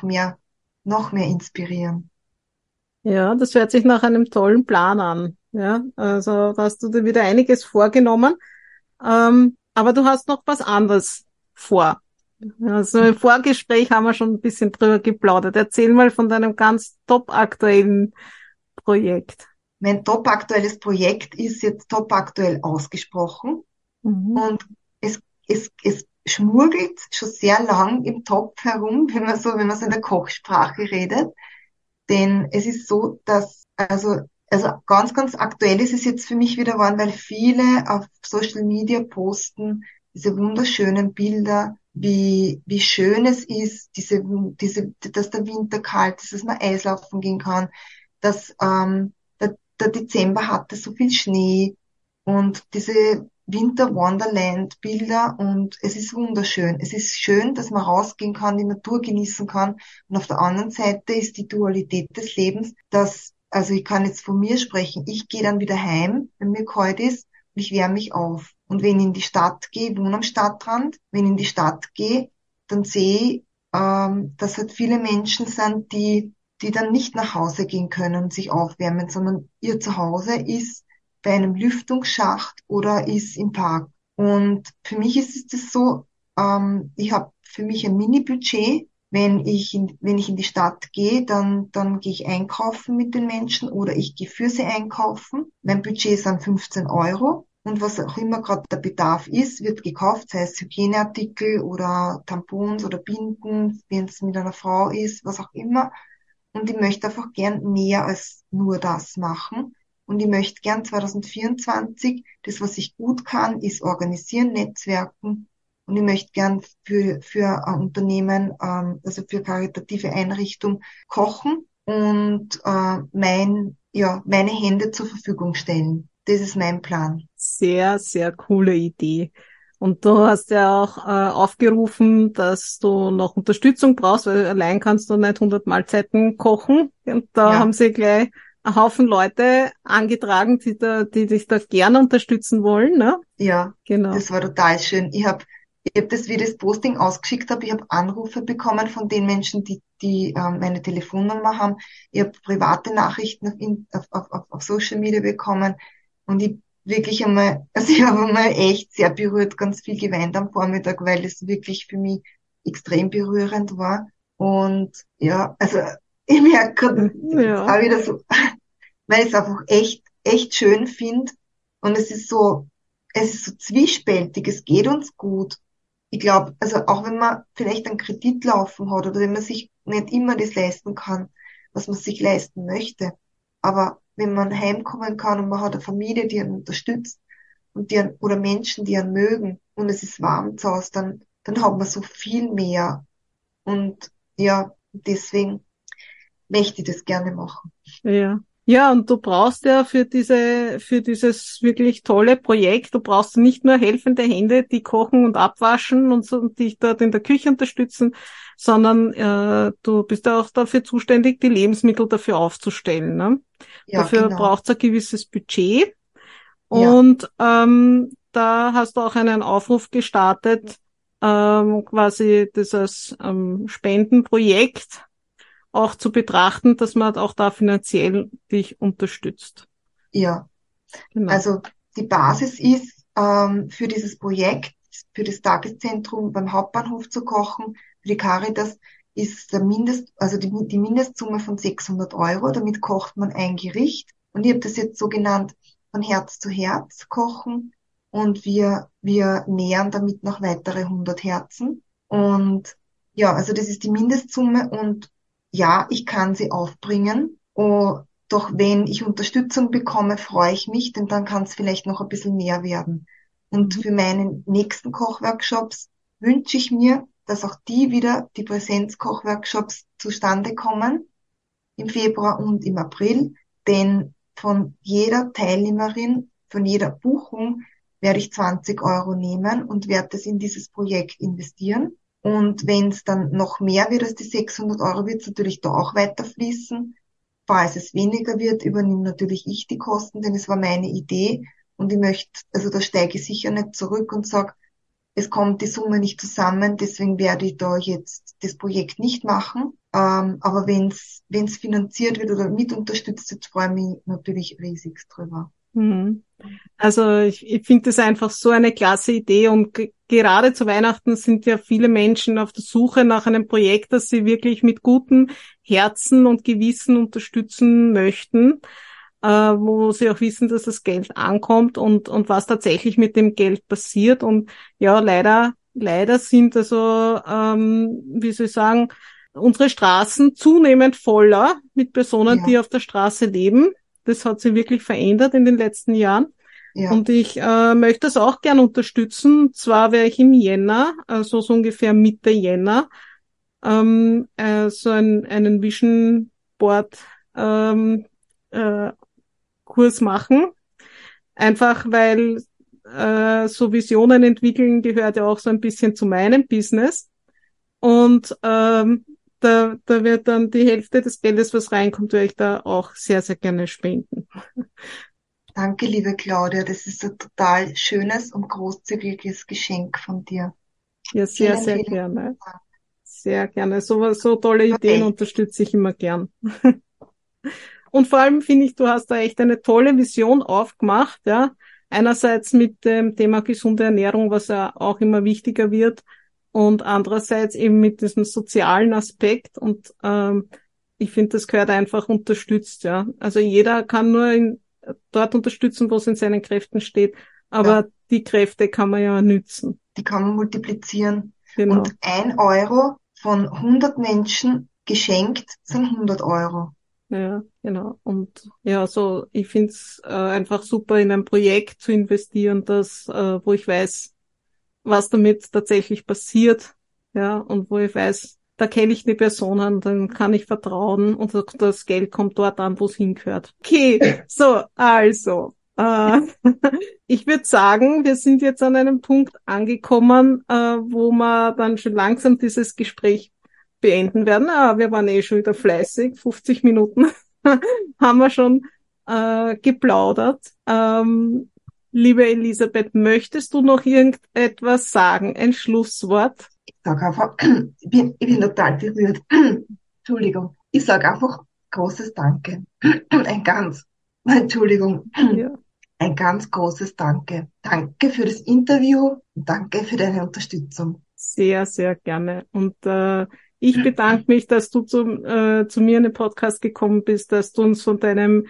noch mehr inspirieren. Ja, das hört sich nach einem tollen Plan an. Ja, also da hast du dir wieder einiges vorgenommen. Aber du hast noch was anderes vor. Also im Vorgespräch haben wir schon ein bisschen drüber geplaudert. Erzähl mal von deinem ganz top aktuellen Projekt. Mein top aktuelles Projekt ist jetzt top aktuell ausgesprochen Mhm. und es schmurgelt schon sehr lang im Topf herum, wenn man so in der Kochsprache redet. Denn es ist so, also ganz aktuell ist es jetzt für mich wieder geworden, weil viele auf Social Media posten, diese wunderschönen Bilder, wie schön es ist, dass der Winter kalt ist, dass man Eislaufen gehen kann, dass der Dezember hatte so viel Schnee und diese Winter Wonderland Bilder und es ist wunderschön. Es ist schön, dass man rausgehen kann, die Natur genießen kann und auf der anderen Seite ist die Dualität des Lebens, dass, also ich kann jetzt von mir sprechen, ich gehe dann wieder heim, wenn mir kalt ist und ich wärme mich auf. Und wenn ich in die Stadt gehe, ich wohne am Stadtrand, wenn ich in die Stadt gehe, dann sehe ich, dass halt viele Menschen sind, die dann nicht nach Hause gehen können und sich aufwärmen, sondern ihr Zuhause ist bei einem Lüftungsschacht oder ist im Park. Und für mich ist es das so, ich habe für mich ein Mini-Budget. Wenn ich in die Stadt gehe, dann gehe ich einkaufen mit den Menschen oder ich gehe für sie einkaufen. Mein Budget sind 15 Euro. Und was auch immer gerade der Bedarf ist, wird gekauft, sei es Hygieneartikel oder Tampons oder Binden, wenn es mit einer Frau ist, was auch immer. Und ich möchte einfach gern mehr als nur das machen. Und ich möchte gern 2024, das, was ich gut kann, ist organisieren, Netzwerken. Und ich möchte gern für ein Unternehmen, also für karitative Einrichtung, kochen und meine Hände zur Verfügung stellen. Das ist mein Plan. Sehr, sehr coole Idee. Und du hast ja auch aufgerufen, dass du noch Unterstützung brauchst, weil allein kannst du nicht 100 Mahlzeiten kochen. Und da Ja, haben sie gleich einen Haufen Leute angetragen, die dich da gerne unterstützen wollen, ne? ja, Genau. das war total schön. Ich hab das, wie ich das Posting ausgeschickt habe, ich habe Anrufe bekommen von den Menschen, die meine Telefonnummer haben. Ich habe private Nachrichten auf Social Media bekommen und ich wirklich einmal, also ich habe einmal echt sehr berührt, ganz viel geweint am Vormittag, weil es wirklich für mich extrem berührend war. Und ja, also ich merke gerade jetzt Ja, auch wieder so, weil ich es einfach echt schön finde und es ist so zwiespältig, es geht uns gut. Ich glaube, also auch wenn man vielleicht einen Kredit laufen hat oder wenn man sich nicht immer das leisten kann, was man sich leisten möchte, aber wenn man heimkommen kann und man hat eine Familie, die einen unterstützt und oder Menschen, die einen mögen und es ist warm zu Hause, dann hat man so viel mehr. Und ja, deswegen möchte ich das gerne machen. ja. Ja, und du brauchst ja für dieses wirklich tolle Projekt, du brauchst nicht nur helfende Hände, die kochen und abwaschen und so, und dich dort in der Küche unterstützen, sondern du bist ja auch dafür zuständig, die Lebensmittel dafür aufzustellen, ne? Ja, Dafür genau. braucht's ein gewisses Budget. Ja, Und da hast du auch einen Aufruf gestartet, quasi das als Spendenprojekt auch zu betrachten, dass man auch da finanziell dich unterstützt. ja. Genau. Also die Basis ist für dieses Projekt, für das Tageszentrum beim Hauptbahnhof zu kochen, für die Caritas, ist also die Mindestsumme von 600 Euro. Damit kocht man ein Gericht. Und ich habe das jetzt so genannt, von Herz zu Herz kochen. Und wir nähern damit noch weitere 100 Herzen. Und ja, also das ist die Mindestsumme. Und ja, ich kann sie aufbringen. Doch wenn ich Unterstützung bekomme, freue ich mich, denn dann kann es vielleicht noch ein bisschen mehr werden. Und Mhm. für meine nächsten Kochworkshops wünsche ich mir, dass auch die Präsenzkochworkshops zustande kommen im Februar und im April, denn von jeder Teilnehmerin, von jeder Buchung werde ich 20 Euro nehmen und werde es in dieses Projekt investieren. Und wenn es dann noch mehr wird als die 600 Euro, wird es natürlich da auch weiter fließen. Falls es weniger wird, übernehme natürlich ich die Kosten, denn es war meine Idee und ich möchte, also da steige ich sicher nicht zurück und sage, es kommt die Summe nicht zusammen, deswegen werde ich da jetzt das Projekt nicht machen. Aber wenn's finanziert wird oder mit unterstützt wird, freue ich mich natürlich riesig drüber. Mhm. Also ich finde das einfach so eine klasse Idee und gerade zu Weihnachten sind ja viele Menschen auf der Suche nach einem Projekt, das sie wirklich mit gutem Herzen und Gewissen unterstützen möchten, wo sie auch wissen, dass das Geld ankommt und was tatsächlich mit dem Geld passiert. Und ja, leider sind also, wie soll ich sagen, unsere Straßen zunehmend voller mit Personen, die Ja, auf der Straße leben. Das hat sich wirklich verändert in den letzten Jahren. Ja, Und ich möchte das auch gern unterstützen. Zwar wäre ich im Jänner, also so ungefähr Mitte Jänner, so einen Vision Board äh, Kurs machen. Einfach weil so Visionen entwickeln gehört ja auch so ein bisschen zu meinem Business. Und da wird dann die Hälfte des Geldes, was reinkommt, werde ich da auch sehr, sehr gerne spenden. danke, liebe Claudia. Das ist ein total schönes und großzügiges Geschenk von dir. Ja, sehr, Vielen, sehr vielen gerne. Dank. Sehr gerne. So tolle Ideen Okay. unterstütze ich immer gern. Und vor allem finde ich, du hast da echt eine tolle Vision aufgemacht, ja. Einerseits mit dem Thema gesunde Ernährung, was ja auch immer wichtiger wird, und andererseits eben mit diesem sozialen Aspekt. Und ich finde, das gehört einfach unterstützt, ja. Also jeder kann nur dort unterstützen, wo es in seinen Kräften steht, Ja, aber die Kräfte kann man ja nützen. die kann man multiplizieren. Und Genau. 1 Euro von 100 Menschen geschenkt sind 100 Euro. Ja, genau. Und ja, so, ich find's einfach super, in ein Projekt zu investieren, wo ich weiß, was damit tatsächlich passiert, ja, und wo ich weiß, da kenne ich die Personen, dann kann ich vertrauen und das Geld kommt dort an, wo es hingehört. Okay, so, also, ich würde sagen, wir sind jetzt an einem Punkt angekommen, wo wir dann schon langsam dieses Gespräch beenden werden. Wir waren schon wieder fleißig, 50 Minuten haben wir schon geplaudert. Liebe Elisabeth, möchtest du noch irgendetwas sagen? Ein Schlusswort? Ich sage einfach, ich bin total berührt. Entschuldigung. Ich sage einfach großes Danke. Entschuldigung. Ja, Ein ganz großes Danke. Danke für das Interview und danke für deine Unterstützung. sehr, sehr gerne. Und ich bedanke mich, dass du zu mir in den Podcast gekommen bist, dass du uns von deinem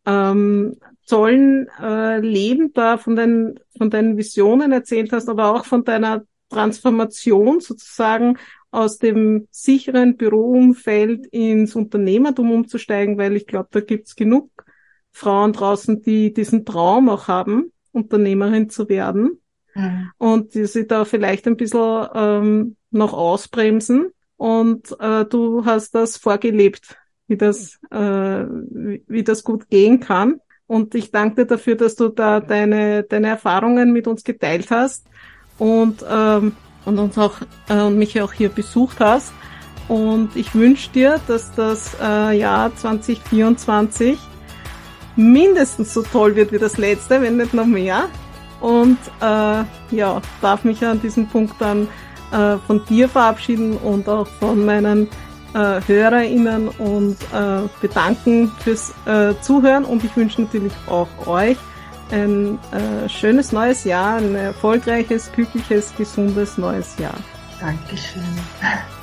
tollen Leben da, von deinen Visionen erzählt hast, aber auch von deiner Transformation sozusagen aus dem sicheren Büroumfeld ins Unternehmertum umzusteigen, weil ich glaube, da gibt's genug Frauen draußen, die diesen Traum auch haben, Unternehmerin zu werden Mhm. und die sich da vielleicht ein bisschen noch ausbremsen. Und du hast das vorgelebt, wie das gut gehen kann. Und ich danke dir dafür, dass du da deine Erfahrungen mit uns geteilt hast und uns auch und mich auch hier besucht hast. Und ich wünsche dir, dass das Jahr 2024 mindestens so toll wird wie das letzte, wenn nicht noch mehr. Und ja, darf mich an diesem Punkt dann von dir verabschieden und auch von meinen HörerInnen und bedanken fürs Zuhören. Und ich wünsche natürlich auch euch ein schönes neues Jahr, ein erfolgreiches, glückliches, gesundes neues Jahr. Dankeschön.